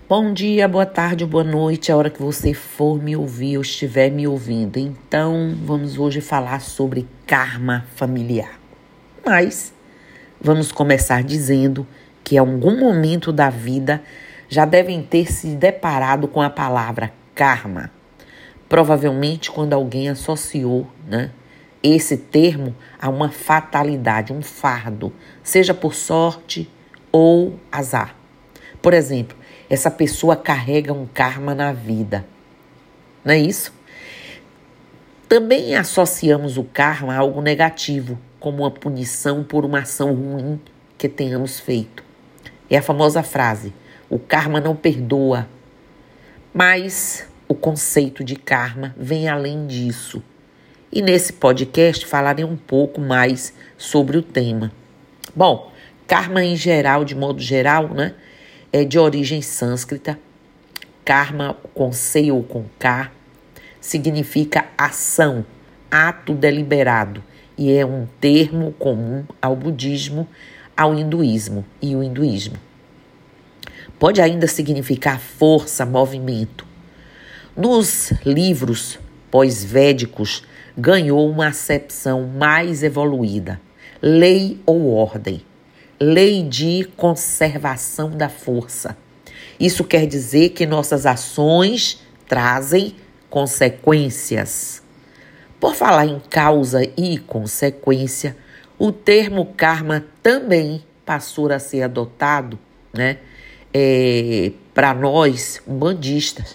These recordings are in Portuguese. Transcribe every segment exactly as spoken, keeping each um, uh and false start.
Bom dia, boa tarde, boa noite, a hora que você for me ouvir ou estiver me ouvindo. Então, vamos hoje falar sobre karma familiar. Mas, vamos começar dizendo que em algum momento da vida já devem ter se deparado com a palavra karma. Provavelmente quando alguém associou, né, esse termo a uma fatalidade, um fardo, seja por sorte ou azar. Por exemplo, essa pessoa carrega um karma na vida, não é isso? Também associamos o karma a algo negativo, como uma punição por uma ação ruim que tenhamos feito. É a famosa frase, o karma não perdoa. Mas o conceito de karma vem além disso. E nesse podcast falarei um pouco mais sobre o tema. Bom, karma em geral, de modo geral, né? É de origem sânscrita. Karma com C ou com K significa ação, ato deliberado, e é um termo comum ao budismo, ao hinduísmo e o hinduísmo. Pode ainda significar força, movimento. Nos livros pós-védicos ganhou uma acepção mais evoluída, lei ou ordem. Lei de conservação da força. Isso quer dizer que nossas ações trazem consequências. Por falar em causa e consequência, o termo karma também passou a ser adotado, né, é, para nós, umbandistas.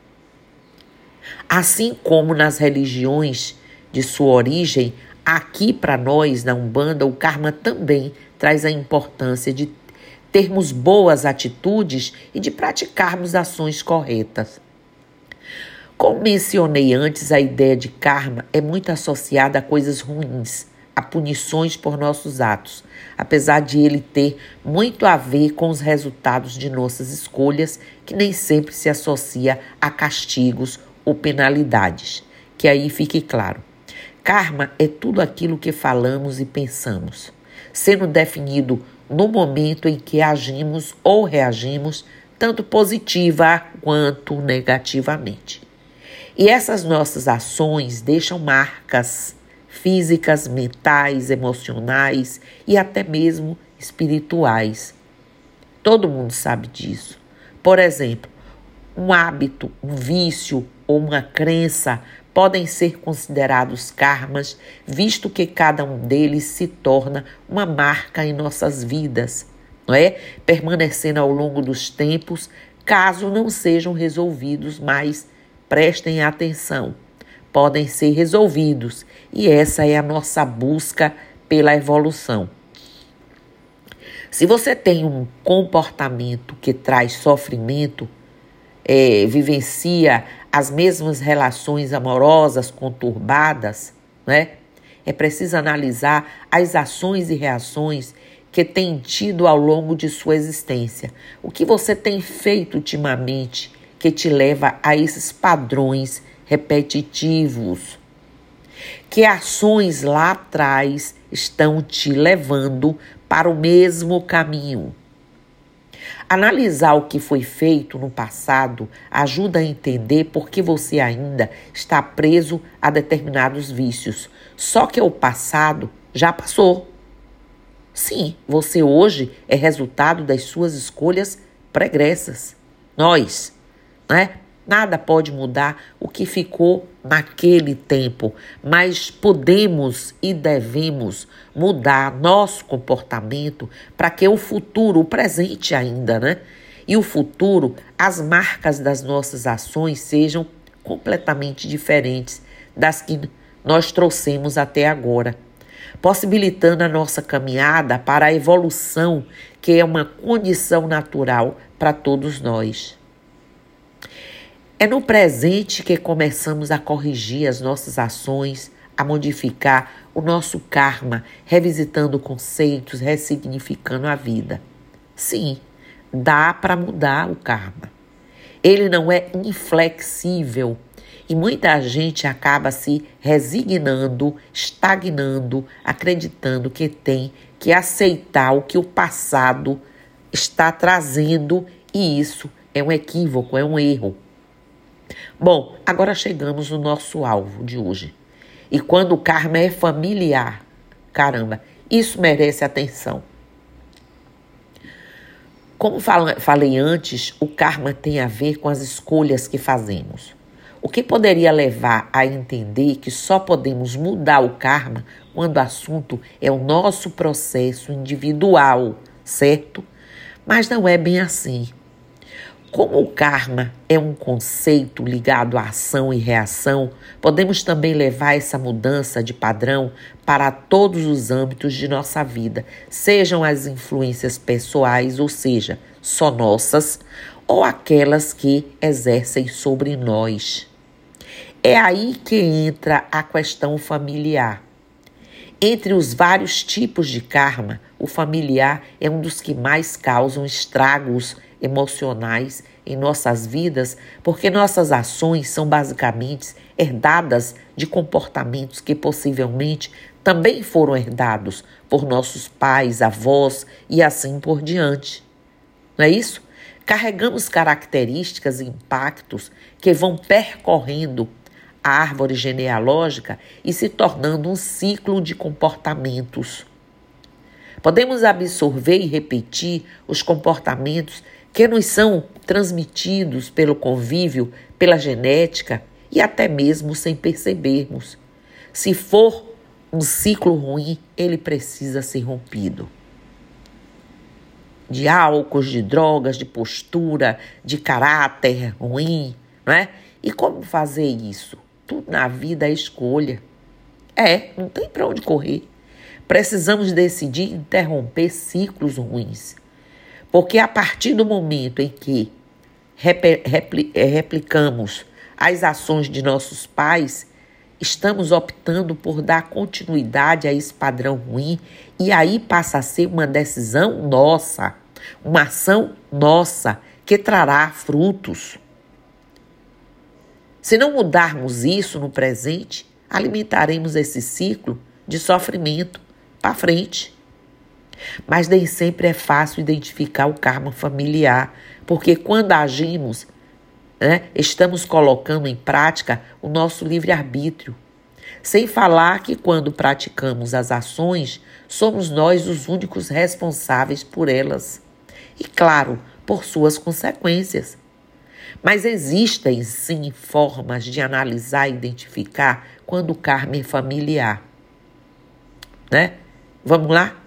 Assim como nas religiões de sua origem, aqui para nós, na Umbanda, o karma também traz a importância de termos boas atitudes e de praticarmos ações corretas. Como mencionei antes, a ideia de karma é muito associada a coisas ruins, a punições por nossos atos, apesar de ele ter muito a ver com os resultados de nossas escolhas, que nem sempre se associa a castigos ou penalidades. Que aí fique claro. Karma é tudo aquilo que falamos e pensamos, sendo definido no momento em que agimos ou reagimos, tanto positiva quanto negativamente. E essas nossas ações deixam marcas físicas, mentais, emocionais e até mesmo espirituais. Todo mundo sabe disso. Por exemplo, um hábito, um vício ou uma crença podem ser considerados karmas, visto que cada um deles se torna uma marca em nossas vidas, não é? Permanecendo ao longo dos tempos, caso não sejam resolvidos, mas prestem atenção, podem ser resolvidos, e essa é a nossa busca pela evolução. Se você tem um comportamento que traz sofrimento, é, vivencia as mesmas relações amorosas conturbadas, né? É preciso analisar as ações e reações que tem tido ao longo de sua existência. O que você tem feito ultimamente que te leva a esses padrões repetitivos? Que ações lá atrás estão te levando para o mesmo caminho? Analisar o que foi feito no passado ajuda a entender por que você ainda está preso a determinados vícios. Só que o passado já passou. Sim, você hoje é resultado das suas escolhas pregressas. Nós, né? Nada pode mudar o que ficou naquele tempo, mas podemos e devemos mudar nosso comportamento para que o futuro, o presente ainda, né? E o futuro, as marcas das nossas ações sejam completamente diferentes das que nós trouxemos até agora, possibilitando a nossa caminhada para a evolução, que é uma condição natural para todos nós. É no presente que começamos a corrigir as nossas ações, a modificar o nosso karma, revisitando conceitos, ressignificando a vida. Sim, dá para mudar o karma. Ele não é inflexível e muita gente acaba se resignando, estagnando, acreditando que tem que aceitar o que o passado está trazendo, e isso É um equívoco, é um erro. Bom, agora chegamos no nosso alvo de hoje. E quando o karma é familiar, caramba, isso merece atenção. Como falei antes, o karma tem a ver com as escolhas que fazemos. O que poderia levar a entender que só podemos mudar o karma quando o assunto é o nosso processo individual, certo? Mas não é bem assim. Como o karma é um conceito ligado à ação e reação, podemos também levar essa mudança de padrão para todos os âmbitos de nossa vida, sejam as influências pessoais, ou seja, só nossas, ou aquelas que exercem sobre nós. É aí que entra a questão familiar. Entre os vários tipos de karma, o familiar é um dos que mais causam estragos emocionais em nossas vidas, porque nossas ações são basicamente herdadas de comportamentos que possivelmente também foram herdados por nossos pais, avós e assim por diante. Não é isso? Carregamos características e impactos que vão percorrendo a árvore genealógica e se tornando um ciclo de comportamentos. Podemos absorver e repetir os comportamentos que nos são transmitidos pelo convívio, pela genética e até mesmo sem percebermos. Se for um ciclo ruim, ele precisa ser rompido. De álcools, de drogas, de postura, de caráter ruim, não é? E como fazer isso? Tudo na vida é escolha. É, não tem para onde correr. Precisamos decidir interromper ciclos ruins. Porque a partir do momento em que repli- repli- replicamos as ações de nossos pais, estamos optando por dar continuidade a esse padrão ruim e aí passa a ser uma decisão nossa, uma ação nossa que trará frutos. Se não mudarmos isso no presente, alimentaremos esse ciclo de sofrimento para frente. Mas nem sempre é fácil identificar o karma familiar, porque quando agimos, né, estamos colocando em prática o nosso livre-arbítrio. Sem falar que quando praticamos as ações, somos nós os únicos responsáveis por elas. E, claro, por suas consequências. Mas existem, sim, formas de analisar e identificar quando o karma é familiar. Né? Vamos lá?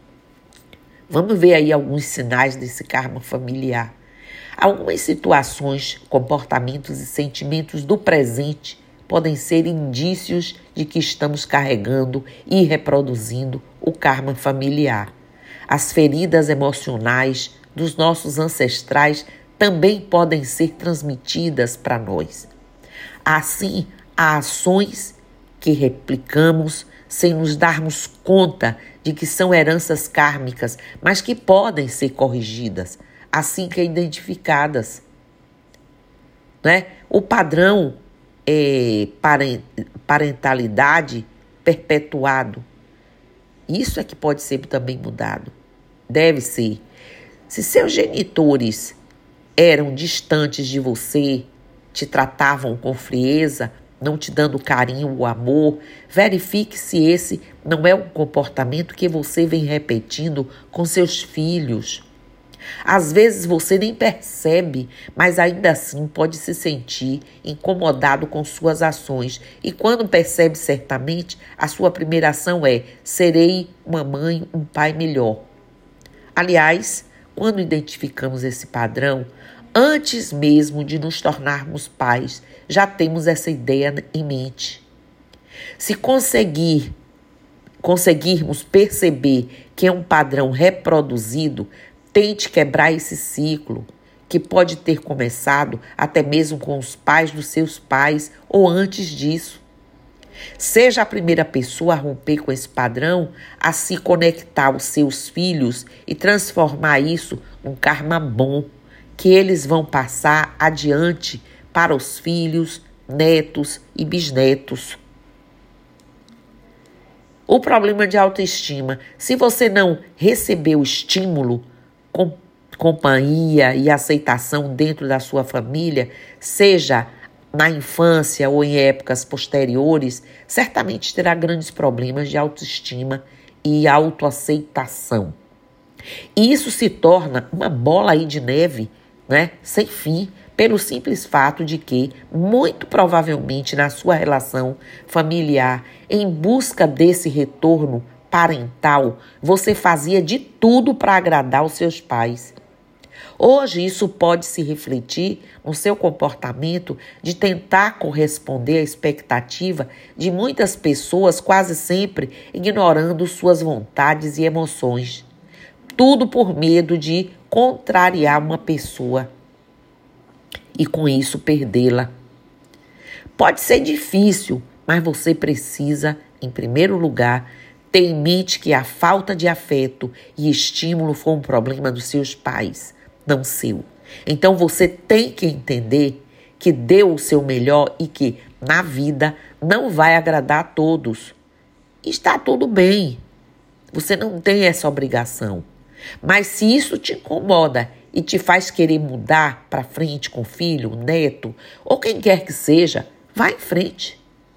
Vamos ver aí alguns sinais desse karma familiar. Algumas situações, comportamentos e sentimentos do presente podem ser indícios de que estamos carregando e reproduzindo o karma familiar. As feridas emocionais dos nossos ancestrais também podem ser transmitidas para nós. Assim, há ações que replicamos sem nos darmos conta de que são heranças kármicas, mas que podem ser corrigidas, assim que identificadas. Né? O padrão é parentalidade perpetuado. Isso é que pode ser também mudado. Deve ser. Se seus genitores eram distantes de você, te tratavam com frieza, não te dando carinho ou amor, verifique se esse não é um comportamento que você vem repetindo com seus filhos. Às vezes você nem percebe, mas ainda assim pode se sentir incomodado com suas ações. E quando percebe certamente, a sua primeira ação é: serei uma mãe, um pai melhor. Aliás, quando identificamos esse padrão, antes mesmo de nos tornarmos pais, já temos essa ideia em mente. Se conseguir, conseguirmos perceber que é um padrão reproduzido, tente quebrar esse ciclo, que pode ter começado até mesmo com os pais dos seus pais ou antes disso. Seja a primeira pessoa a romper com esse padrão, a se conectar aos seus filhos e transformar isso num karma bom, que eles vão passar adiante para os filhos, netos e bisnetos. O problema de autoestima: se você não receber o estímulo companhia e aceitação dentro da sua família, seja na infância ou em épocas posteriores, certamente terá grandes problemas de autoestima e autoaceitação. E isso se torna uma bola aí de neve, né, sem fim, pelo simples fato de que, muito provavelmente na sua relação familiar, em busca desse retorno parental, você fazia de tudo para agradar os seus pais. Hoje isso pode se refletir no seu comportamento de tentar corresponder à expectativa de muitas pessoas, quase sempre ignorando suas vontades e emoções. Tudo por medo de contrariar uma pessoa e com isso perdê-la. Pode ser difícil, mas você precisa, em primeiro lugar, ter em mente que a falta de afeto e estímulo foi um problema dos seus pais, não seu. Então você tem que entender que deu o seu melhor e que, na vida, não vai agradar a todos. Está tudo bem. Você não tem essa obrigação. Mas se isso te incomoda e te faz querer mudar para frente com o filho, o neto ou quem quer que seja, vá em frente.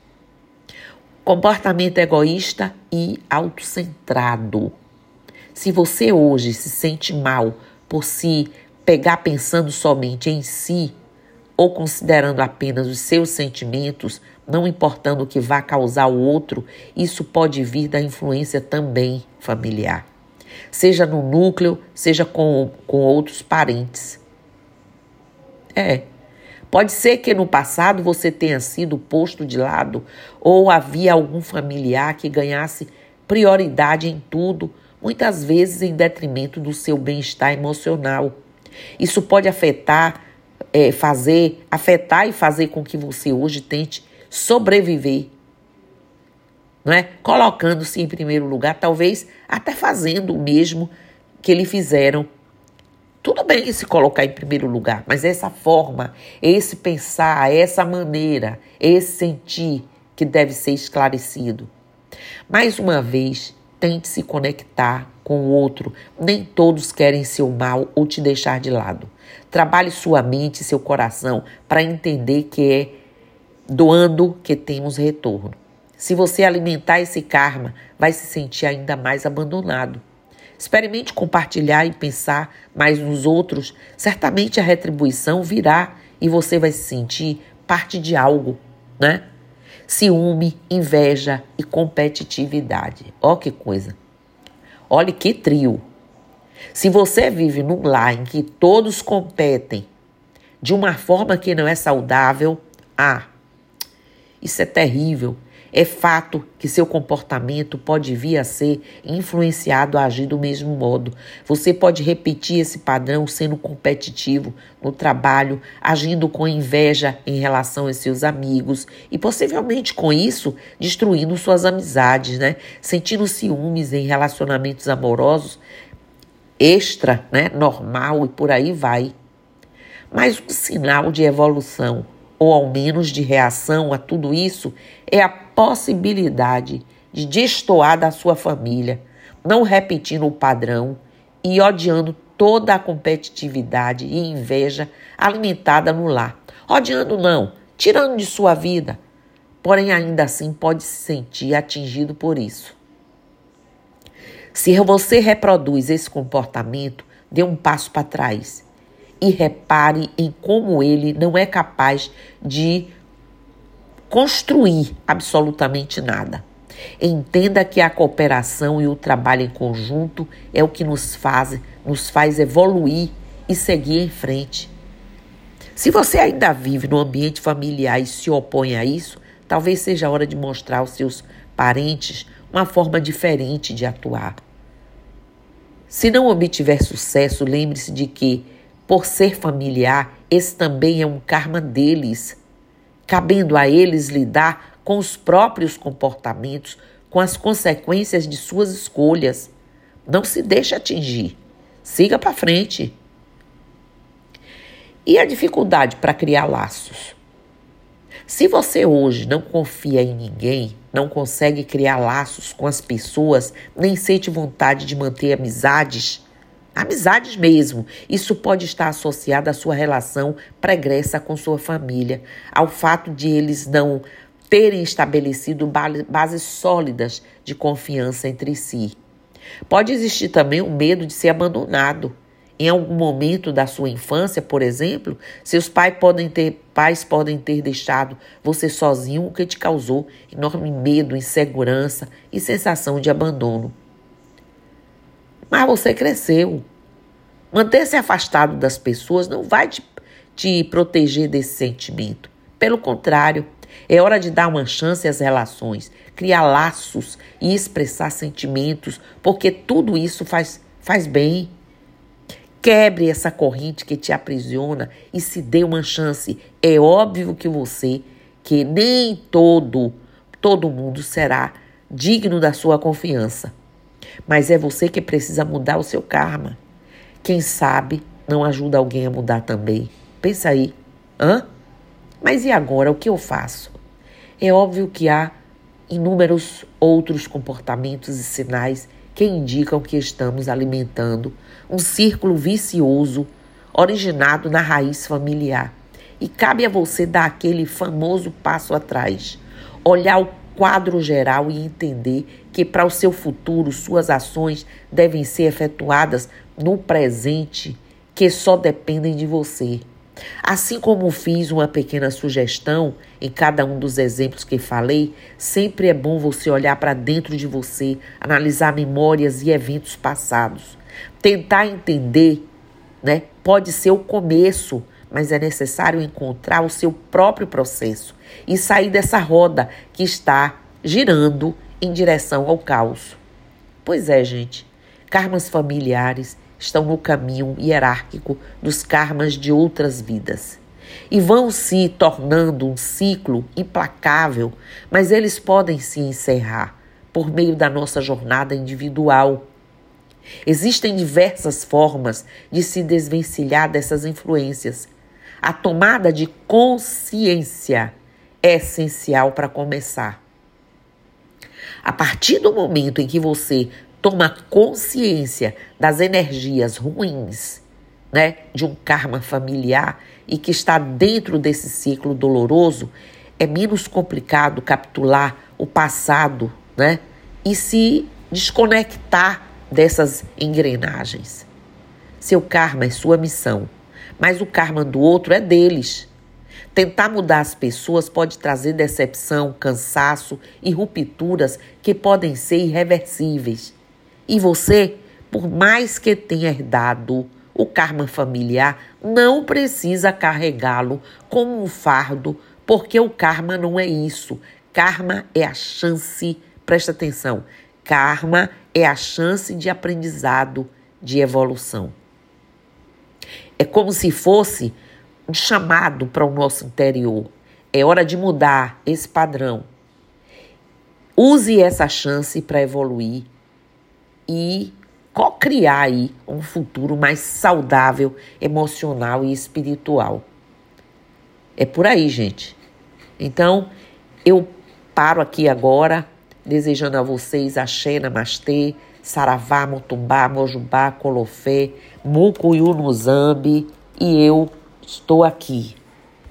Comportamento egoísta e autocentrado. Se você hoje se sente mal por se pegar pensando somente em si ou considerando apenas os seus sentimentos, não importando o que vá causar ao outro, isso pode vir da influência também familiar. Seja no núcleo, seja com, com outros parentes. É. Pode ser que no passado você tenha sido posto de lado ou havia algum familiar que ganhasse prioridade em tudo, muitas vezes em detrimento do seu bem-estar emocional. Isso pode afetar, é, fazer, afetar e fazer com que você hoje tente sobreviver, não é? Colocando-se em primeiro lugar, talvez até fazendo o mesmo que lhe fizeram. Tudo bem se colocar em primeiro lugar, mas essa forma, esse pensar, essa maneira, esse sentir que deve ser esclarecido. Mais uma vez, tente se conectar com o outro. Nem todos querem seu mal ou te deixar de lado. Trabalhe sua mente e seu coração para entender que é doando que temos retorno. Se você alimentar esse karma, vai se sentir ainda mais abandonado. Experimente compartilhar e pensar mais nos outros. Certamente a retribuição virá e você vai se sentir parte de algo, né? Ciúme, inveja e competitividade. Ó que coisa. Olha que trio. Se você vive num lar em que todos competem de uma forma que não é saudável, ah, isso é terrível. É fato que seu comportamento pode vir a ser influenciado a agir do mesmo modo. Você pode repetir esse padrão sendo competitivo no trabalho, agindo com inveja em relação aos seus amigos e possivelmente com isso destruindo suas amizades, né? Sentindo ciúmes em relacionamentos amorosos extra, né? Normal e por aí vai. Mas um sinal de evolução ou ao menos de reação a tudo isso, é a possibilidade de destoar da sua família, não repetindo o padrão e odiando toda a competitividade e inveja alimentada no lar. Odiando não, tirando de sua vida, porém ainda assim pode se sentir atingido por isso. Se você reproduz esse comportamento, dê um passo para trás. E repare em como ele não é capaz de construir absolutamente nada. Entenda que a cooperação e o trabalho em conjunto é o que nos faz, nos faz evoluir e seguir em frente. Se você ainda vive no ambiente familiar e se opõe a isso, talvez seja a hora de mostrar aos seus parentes uma forma diferente de atuar. Se não obtiver sucesso, lembre-se de que por ser familiar, esse também é um karma deles, cabendo a eles lidar com os próprios comportamentos, com as consequências de suas escolhas. Não se deixe atingir. Siga para frente. E a dificuldade para criar laços? Se você hoje não confia em ninguém, não consegue criar laços com as pessoas, nem sente vontade de manter amizades, Amizades mesmo. Isso pode estar associado à sua relação pregressa com sua família, ao fato de eles não terem estabelecido bases sólidas de confiança entre si. Pode existir também o medo de ser abandonado. Em algum momento da sua infância, por exemplo, seus pais podem ter, pais podem ter deixado você sozinho, o que te causou enorme medo, insegurança e sensação de abandono. Mas você cresceu. Manter-se afastado das pessoas não vai te, te proteger desse sentimento. Pelo contrário, é hora de dar uma chance às relações, criar laços e expressar sentimentos, porque tudo isso faz, faz bem. Quebre essa corrente que te aprisiona e se dê uma chance. É óbvio que você, que nem todo, todo mundo será digno da sua confiança. Mas é você que precisa mudar o seu karma. Quem sabe não ajuda alguém a mudar também. Pensa aí. Hã? Mas e agora, o que eu faço? É óbvio que há inúmeros outros comportamentos e sinais que indicam que estamos alimentando um círculo vicioso originado na raiz familiar. E cabe a você dar aquele famoso passo atrás, olhar o quadro geral e entender que para o seu futuro suas ações devem ser efetuadas no presente, que só dependem de você. Assim como fiz uma pequena sugestão em cada um dos exemplos que falei, sempre é bom você olhar para dentro de você, analisar memórias e eventos passados. Tentar entender, né, pode ser o começo, mas é necessário encontrar o seu próprio processo e sair dessa roda que está girando em direção ao caos. Pois é, gente, karmas familiares estão no caminho hierárquico dos karmas de outras vidas. E vão se tornando um ciclo implacável, mas eles podem se encerrar por meio da nossa jornada individual. Existem diversas formas de se desvencilhar dessas influências. A tomada de consciência é essencial para começar. A partir do momento em que você toma consciência das energias ruins, né, de um karma familiar e que está dentro desse ciclo doloroso, é menos complicado capturar o passado, né, e se desconectar dessas engrenagens. Seu karma é sua missão, mas o karma do outro é deles. Tentar mudar as pessoas pode trazer decepção, cansaço e rupturas que podem ser irreversíveis. E você, por mais que tenha herdado o karma familiar, não precisa carregá-lo como um fardo, porque o karma não é isso. Karma é a chance, presta atenção, karma é a chance de aprendizado, de evolução. É como se fosse um chamado para o nosso interior. É hora de mudar esse padrão. Use essa chance para evoluir e co-criar aí um futuro mais saudável, emocional e espiritual. É por aí, gente. Então, eu paro aqui agora, desejando a vocês axé, namastê, saravá, motumbá, mojubá, colofé, mucuyu no zambi, e eu estou aqui